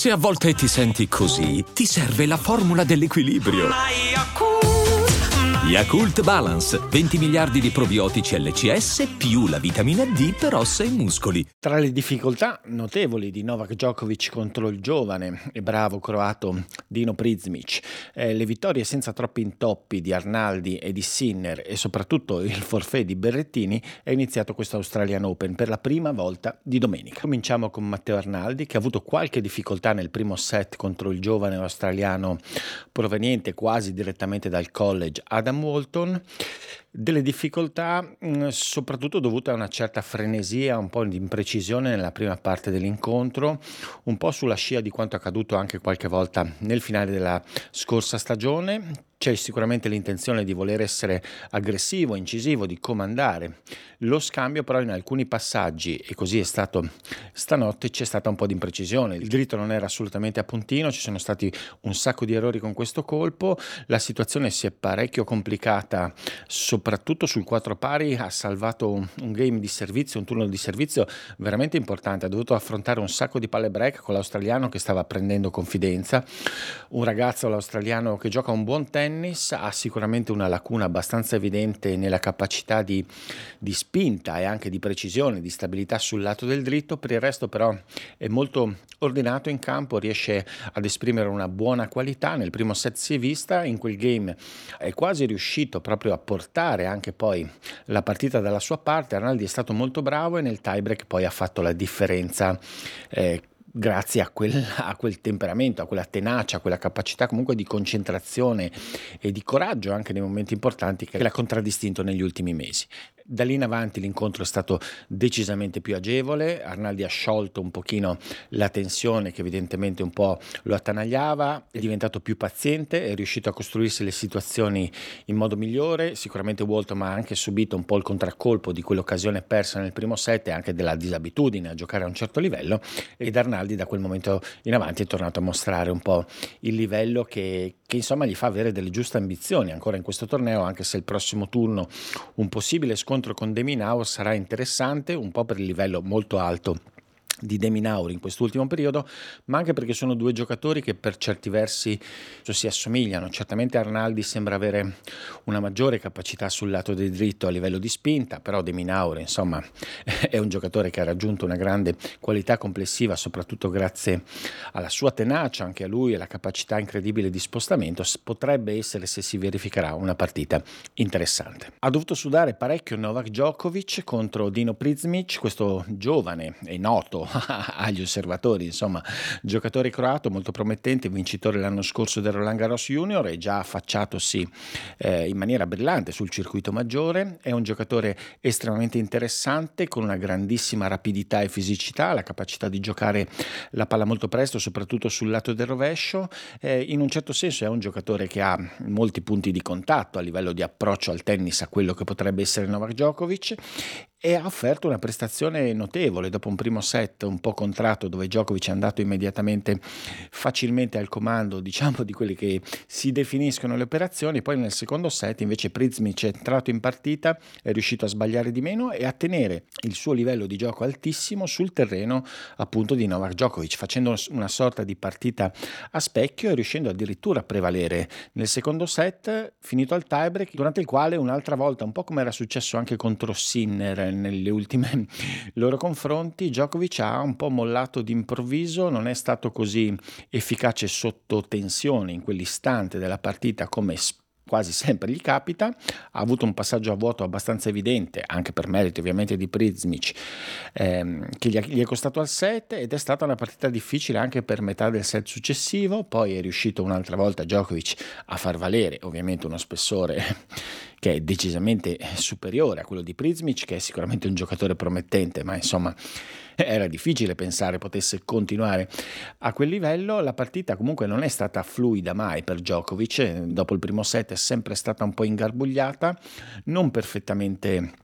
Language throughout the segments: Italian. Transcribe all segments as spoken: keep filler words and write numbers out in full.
Se a volte ti senti così, ti serve la formula dell'equilibrio. Yakult Balance, venti miliardi di probiotici L C S più la vitamina D per ossa e muscoli. Tra le difficoltà notevoli di Novak Djokovic contro il giovane e bravo croato Dino Prizmic, eh, le vittorie senza troppi intoppi di Arnaldi e di Sinner e soprattutto il forfait di Berrettini, è iniziato questo Australian Open per la prima volta di domenica. Cominciamo con Matteo Arnaldi, che ha avuto qualche difficoltà nel primo set contro il giovane australiano proveniente quasi direttamente dal college Adam Walton. Delle difficoltà mh, soprattutto dovute a una certa frenesia, un po' di imprecisione nella prima parte dell'incontro, un po' sulla scia di quanto accaduto anche qualche volta nel finale della scorsa stagione. C'è sicuramente l'intenzione di voler essere aggressivo, incisivo, di comandare lo scambio, però in alcuni passaggi, e così è stato stanotte, c'è stata un po' di imprecisione. Il dritto non era assolutamente a puntino, ci sono stati un sacco di errori con questo colpo, la situazione si è parecchio complicata, soprattutto sul quattro pari. Ha salvato un, un game di servizio, un turno di servizio veramente importante, ha dovuto affrontare un sacco di palle break con l'australiano che stava prendendo confidenza, un ragazzo l'australiano che gioca un buon tennis, ha sicuramente una lacuna abbastanza evidente nella capacità di, di spinta e anche di precisione, di stabilità sul lato del dritto. Per il resto però è molto ordinato in campo, riesce ad esprimere una buona qualità. Nel primo set si è vista, in quel game è quasi riuscito proprio a portare anche poi la partita dalla sua parte. Arnaldi è stato molto bravo e nel tiebreak poi ha fatto la differenza, eh, grazie a quel, a quel temperamento, a quella tenacia, a quella capacità comunque di concentrazione e di coraggio anche nei momenti importanti che l'ha contraddistinto negli ultimi mesi. Da lì in avanti l'incontro è stato decisamente più agevole, Arnaldi ha sciolto un pochino la tensione che evidentemente un po' lo attanagliava, è diventato più paziente, è riuscito a costruirsi le situazioni in modo migliore. Sicuramente Walton ha anche subito un po' il contraccolpo di quell'occasione persa nel primo set e anche della disabitudine a giocare a un certo livello, ed Arnaldi da quel momento in avanti è tornato a mostrare un po' il livello che, che insomma gli fa avere delle giuste ambizioni ancora in questo torneo, anche se il prossimo turno, un possibile scontro con De Minaur, sarà interessante, un po' per il livello molto alto di De Minaur in quest'ultimo periodo, ma anche perché sono due giocatori che per certi versi si assomigliano. Certamente Arnaldi sembra avere una maggiore capacità sul lato del dritto a livello di spinta, però De Minaur insomma è un giocatore che ha raggiunto una grande qualità complessiva, soprattutto grazie alla sua tenacia, anche a lui, e alla capacità incredibile di spostamento. Potrebbe essere, se si verificherà, una partita interessante. Ha dovuto sudare parecchio Novak Djokovic contro Dino Prizmic, questo giovane e noto agli osservatori, insomma, giocatore croato molto promettente, vincitore l'anno scorso del Roland Garros Junior, e già affacciatosi eh, in maniera brillante sul circuito maggiore. È un giocatore estremamente interessante, con una grandissima rapidità e fisicità, la capacità di giocare la palla molto presto, soprattutto sul lato del rovescio. Eh, in un certo senso è un giocatore che ha molti punti di contatto a livello di approccio al tennis a quello che potrebbe essere Novak Djokovic, e ha offerto una prestazione notevole dopo un primo set un po' contratto, dove Djokovic è andato immediatamente facilmente al comando, diciamo, di quelli che si definiscono le operazioni. Poi nel secondo set invece Prizmic è entrato in partita, è riuscito a sbagliare di meno e a tenere il suo livello di gioco altissimo sul terreno appunto di Novak Djokovic, facendo una sorta di partita a specchio e riuscendo addirittura a prevalere nel secondo set, finito al tiebreak, durante il quale un'altra volta, un po' come era successo anche contro Sinner nelle ultime loro confronti, Djokovic ha un po' mollato d'improvviso, non è stato così efficace sotto tensione in quell'istante della partita come quasi sempre gli capita. Ha avuto un passaggio a vuoto abbastanza evidente, anche per merito ovviamente di Prizmic, ehm, che gli, gli è costato al set, ed è stata una partita difficile anche per metà del set successivo. Poi è riuscito un'altra volta Djokovic a far valere ovviamente uno spessore che è decisamente superiore a quello di Prizmic, che è sicuramente un giocatore promettente, ma insomma era difficile pensare potesse continuare a quel livello. La partita comunque non è stata fluida mai per Djokovic, dopo il primo set è sempre stata un po' ingarbugliata, non perfettamente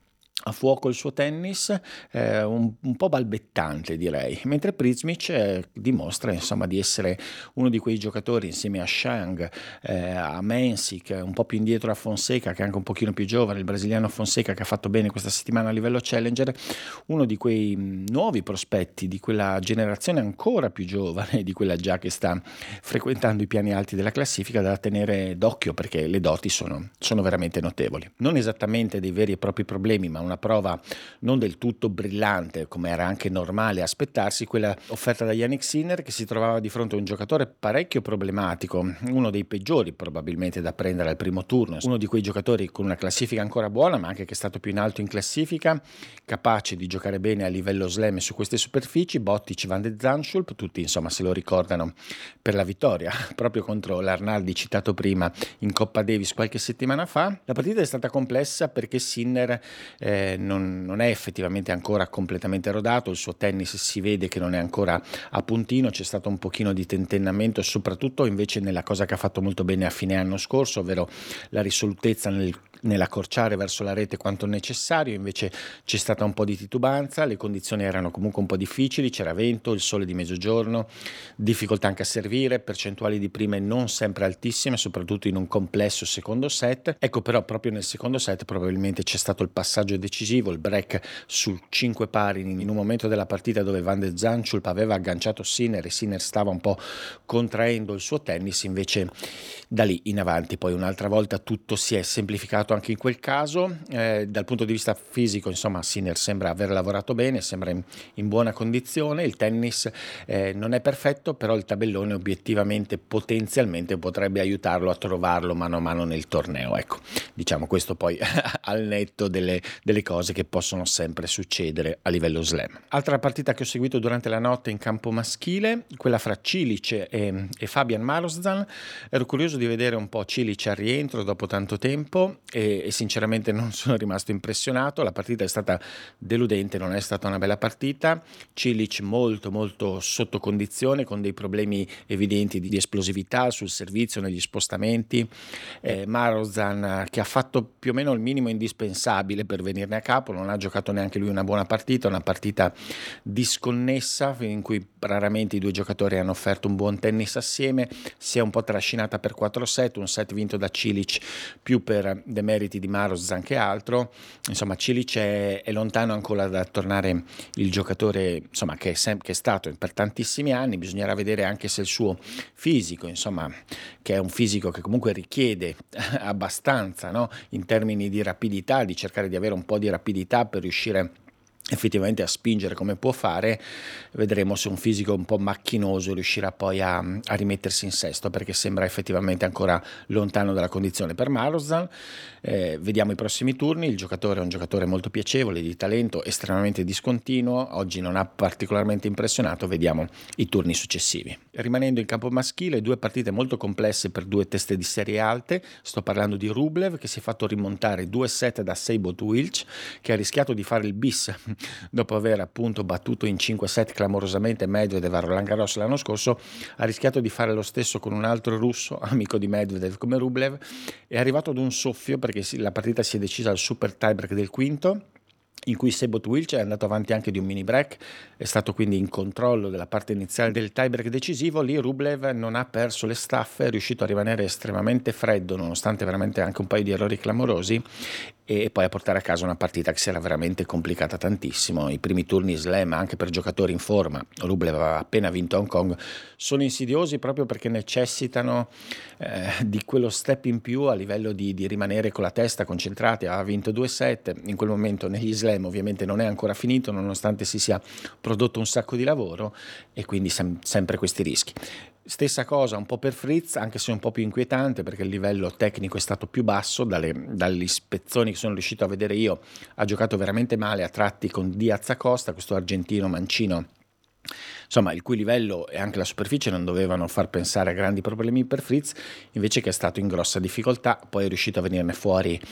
a fuoco il suo tennis, eh, un, un po' balbettante direi, mentre Prizmic eh, dimostra insomma di essere uno di quei giocatori insieme a Shang, eh, a Mensik, un po' più indietro a Fonseca che è anche un pochino più giovane, il brasiliano Fonseca che ha fatto bene questa settimana a livello challenger, uno di quei nuovi prospetti di quella generazione ancora più giovane di quella già che sta frequentando i piani alti della classifica, da tenere d'occhio perché le doti sono, sono veramente notevoli. Non esattamente dei veri e propri problemi, ma una prova non del tutto brillante, come era anche normale aspettarsi, quella offerta da Jannik Sinner, che si trovava di fronte a un giocatore parecchio problematico, uno dei peggiori probabilmente da prendere al primo turno, uno di quei giocatori con una classifica ancora buona, ma anche che è stato più in alto in classifica, capace di giocare bene a livello slam su queste superfici. Bottic, Van de Zandschulp, tutti insomma se lo ricordano per la vittoria proprio contro l'Arnaldi citato prima in Coppa Davis qualche settimana fa. La partita è stata complessa perché Sinner Eh, non, non è effettivamente ancora completamente rodato, il suo tennis si vede che non è ancora a puntino, c'è stato un pochino di tentennamento, soprattutto invece nella cosa che ha fatto molto bene a fine anno scorso, ovvero la risolutezza nel nell'accorciare verso la rete quanto necessario. Invece c'è stata un po' di titubanza, le condizioni erano comunque un po' difficili, c'era vento, il sole di mezzogiorno, difficoltà anche a servire, percentuali di prime non sempre altissime, soprattutto in un complesso secondo set. Ecco, però proprio nel secondo set probabilmente c'è stato il passaggio decisivo, il break sul cinque pari in un momento della partita dove Van de Zandschulp aveva agganciato Sinner e Sinner stava un po' contraendo il suo tennis. Invece da lì in avanti poi un'altra volta tutto si è semplificato anche in quel caso. Eh, dal punto di vista fisico insomma Sinner sembra aver lavorato bene, sembra in, in buona condizione, il tennis eh, non è perfetto, però il tabellone obiettivamente potenzialmente potrebbe aiutarlo a trovarlo mano a mano nel torneo. Ecco, diciamo questo poi al netto delle, delle cose che possono sempre succedere a livello slam. Altra partita che ho seguito durante la notte in campo maschile, quella fra Cilic e, e Fabian Marozsan. Ero curioso di vedere un po' Cilic al rientro dopo tanto tempo e, e sinceramente non sono rimasto impressionato. La partita è stata deludente, non è stata una bella partita. Cilic molto molto sotto condizione, con dei problemi evidenti di esplosività sul servizio, negli spostamenti. eh, Marozsan che ha fatto più o meno il minimo indispensabile per venirne a capo, non ha giocato neanche lui una buona partita, una partita disconnessa in cui raramente i due giocatori hanno offerto un buon tennis assieme, si è un po' trascinata per quattro set, un set vinto da Cilic più per demeriti di Marozsan che altro. Insomma Cilic è, è lontano ancora da tornare il giocatore insomma che è, sem- che è stato per tantissimi anni. Bisognerà vedere anche se il suo fisico, insomma, che è un fisico che comunque richiede abbastanza, no? In termini di rapidità, di cercare di avere un po' di rapidità per riuscire effettivamente a spingere come può fare. Vedremo se un fisico un po' macchinoso riuscirà poi a, a rimettersi in sesto, perché sembra effettivamente ancora lontano dalla condizione per Marozsan. Eh, vediamo i prossimi turni. Il giocatore è un giocatore molto piacevole, di talento, estremamente discontinuo, oggi non ha particolarmente impressionato. Vediamo i turni successivi. Rimanendo in campo maschile, due partite molto complesse per due teste di serie alte. Sto parlando di Rublev, che si è fatto rimontare due set da Sejbot Wilch, che ha rischiato di fare il bis dopo aver appunto battuto in cinque set clamorosamente Medvedev a Roland Garros l'anno scorso. Ha rischiato di fare lo stesso con un altro russo amico di Medvedev come Rublev. È arrivato ad un soffio perché la partita si è decisa al super tiebreak del quinto, in cui Sejbot Wilch è andato avanti anche di un mini break, è stato quindi in controllo della parte iniziale del tiebreak decisivo. Lì Rublev non ha perso le staffe, è riuscito a rimanere estremamente freddo nonostante veramente anche un paio di errori clamorosi, e poi a portare a casa una partita che si era veramente complicata tantissimo. I primi turni slam anche per giocatori in forma, Rublev aveva appena vinto Hong Kong, sono insidiosi proprio perché necessitano eh, di quello step in più a livello di, di rimanere con la testa concentrati. Ha vinto due set, in quel momento negli slam ovviamente non è ancora finito nonostante si sia prodotto un sacco di lavoro, e quindi sem- sempre questi rischi. Stessa cosa un po' per Fritz, anche se un po' più inquietante perché il livello tecnico è stato più basso. Dalle, dalle ispezioni che sono riuscito a vedere io, ha giocato veramente male a tratti con Diaz Acosta, questo argentino mancino, insomma il cui livello e anche la superficie non dovevano far pensare a grandi problemi per Fritz, invece che è stato in grossa difficoltà. Poi è riuscito a venirne fuori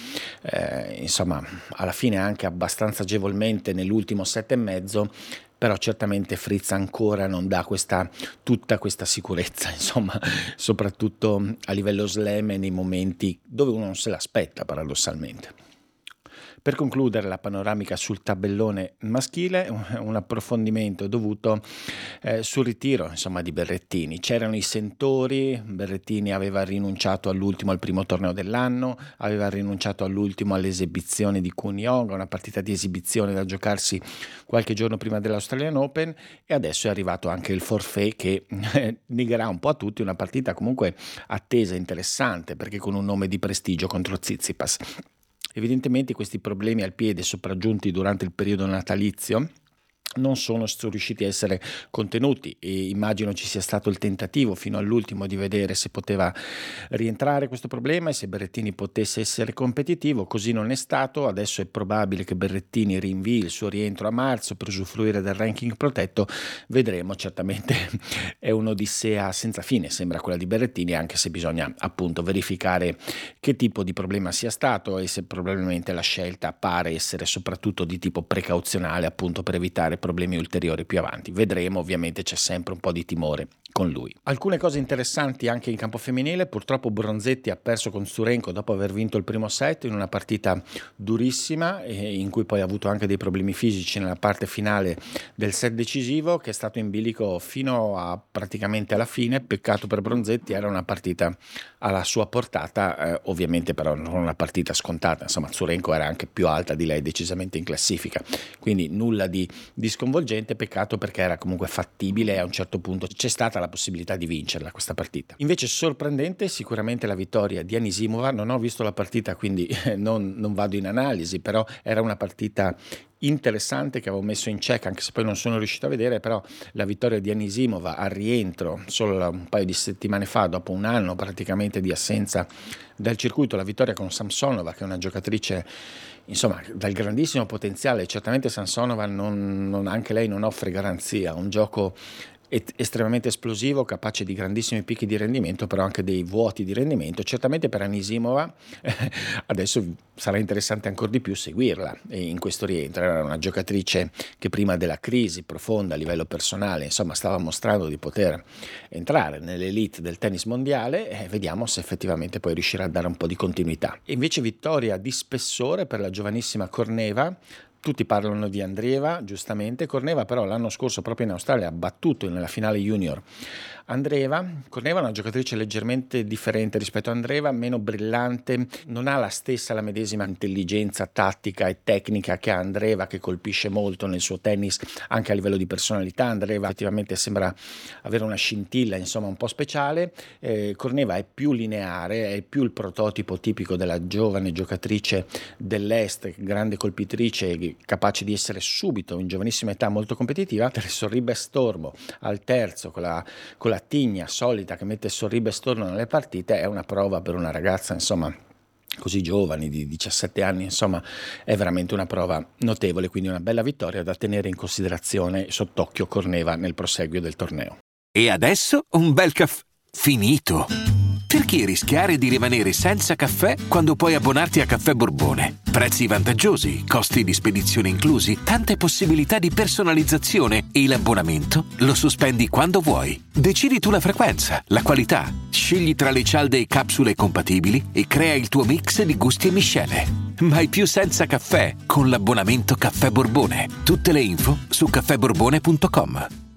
eh, insomma alla fine anche abbastanza agevolmente nell'ultimo set e mezzo, però certamente Fritz ancora non dà questa, tutta questa sicurezza, insomma, soprattutto a livello slam e nei momenti dove uno non se l'aspetta paradossalmente. Per concludere la panoramica sul tabellone maschile, un approfondimento dovuto eh, sul ritiro insomma, di Berrettini. C'erano i sentori, Berrettini aveva rinunciato all'ultimo al primo torneo dell'anno, aveva rinunciato all'ultimo alle esibizioni di Kun Young, una partita di esibizione da giocarsi qualche giorno prima dell'Australian Open, e adesso è arrivato anche il forfait che eh, negherà un po' a tutti una partita comunque attesa, interessante, perché con un nome di prestigio contro Tsitsipas. Evidentemente questi problemi al piede sopraggiunti durante il periodo natalizio non sono riusciti a essere contenuti, e immagino ci sia stato il tentativo fino all'ultimo di vedere se poteva rientrare questo problema e se Berrettini potesse essere competitivo. Così non è stato. Adesso è probabile che Berrettini rinvii il suo rientro a marzo per usufruire del ranking protetto. Vedremo, certamente è un'odissea senza fine, sembra quella di Berrettini, anche se bisogna appunto verificare che tipo di problema sia stato e se probabilmente la scelta pare essere soprattutto di tipo precauzionale, appunto per evitare problemi ulteriori più avanti. Vedremo, ovviamente c'è sempre un po' di timore con lui. Alcune cose interessanti anche in campo femminile. Purtroppo Bronzetti ha perso con Sturenko dopo aver vinto il primo set in una partita durissima, e in cui poi ha avuto anche dei problemi fisici nella parte finale del set decisivo, che è stato in bilico fino a praticamente alla fine. Peccato per Bronzetti, era una partita alla sua portata, eh, ovviamente però non una partita scontata, insomma Sturenko era anche più alta di lei decisamente in classifica, quindi nulla di, di sconvolgente. Peccato, perché era comunque fattibile e a un certo punto c'è stata la possibilità di vincerla questa partita. Invece sorprendente sicuramente la vittoria di Anisimova. Non ho visto la partita, quindi non, non vado in analisi, però era una partita interessante che avevo messo in check, anche se poi non sono riuscito a vedere. Però la vittoria di Anisimova al rientro solo un paio di settimane fa, dopo un anno praticamente di assenza dal circuito, la vittoria con Samsonova, che è una giocatrice insomma dal grandissimo potenziale. Certamente Samsonova non, non, anche lei non offre garanzia, un gioco estremamente esplosivo, capace di grandissimi picchi di rendimento, però anche dei vuoti di rendimento. Certamente per Anisimova eh, adesso sarà interessante ancora di più seguirla in questo rientro. Era una giocatrice che prima della crisi profonda a livello personale insomma stava mostrando di poter entrare nell'elite del tennis mondiale, e vediamo se effettivamente poi riuscirà a dare un po' di continuità. E invece vittoria di spessore per la giovanissima Korneva. Tutti parlano di Andreeva, giustamente. Korneva però l'anno scorso proprio in Australia ha battuto nella finale junior Andreeva. Korneva è una giocatrice leggermente differente rispetto a Andreeva, meno brillante, non ha la stessa, la medesima intelligenza tattica e tecnica che ha Andreeva, che colpisce molto nel suo tennis anche a livello di personalità. Andreeva effettivamente sembra avere una scintilla insomma un po' speciale. eh, Korneva è più lineare, è più il prototipo tipico della giovane giocatrice dell'est, grande colpitrice, capace di essere subito in giovanissima età molto competitiva. Per Sorribes Stormo al terzo con la, con la tigna solita che mette Sorribes Stormo nelle partite è una prova per una ragazza insomma così giovane, di diciassette anni, insomma è veramente una prova notevole, quindi una bella vittoria da tenere in considerazione sott'occhio Korneva nel proseguio del torneo. E adesso un bel caffè finito. Perché rischiare di rimanere senza caffè quando puoi abbonarti a Caffè Borbone? Prezzi vantaggiosi, costi di spedizione inclusi, tante possibilità di personalizzazione e l'abbonamento lo sospendi quando vuoi. Decidi tu la frequenza, la qualità, scegli tra le cialde e capsule compatibili e crea il tuo mix di gusti e miscele. Mai più senza caffè con l'abbonamento Caffè Borbone. Tutte le info su caffè borbone punto com.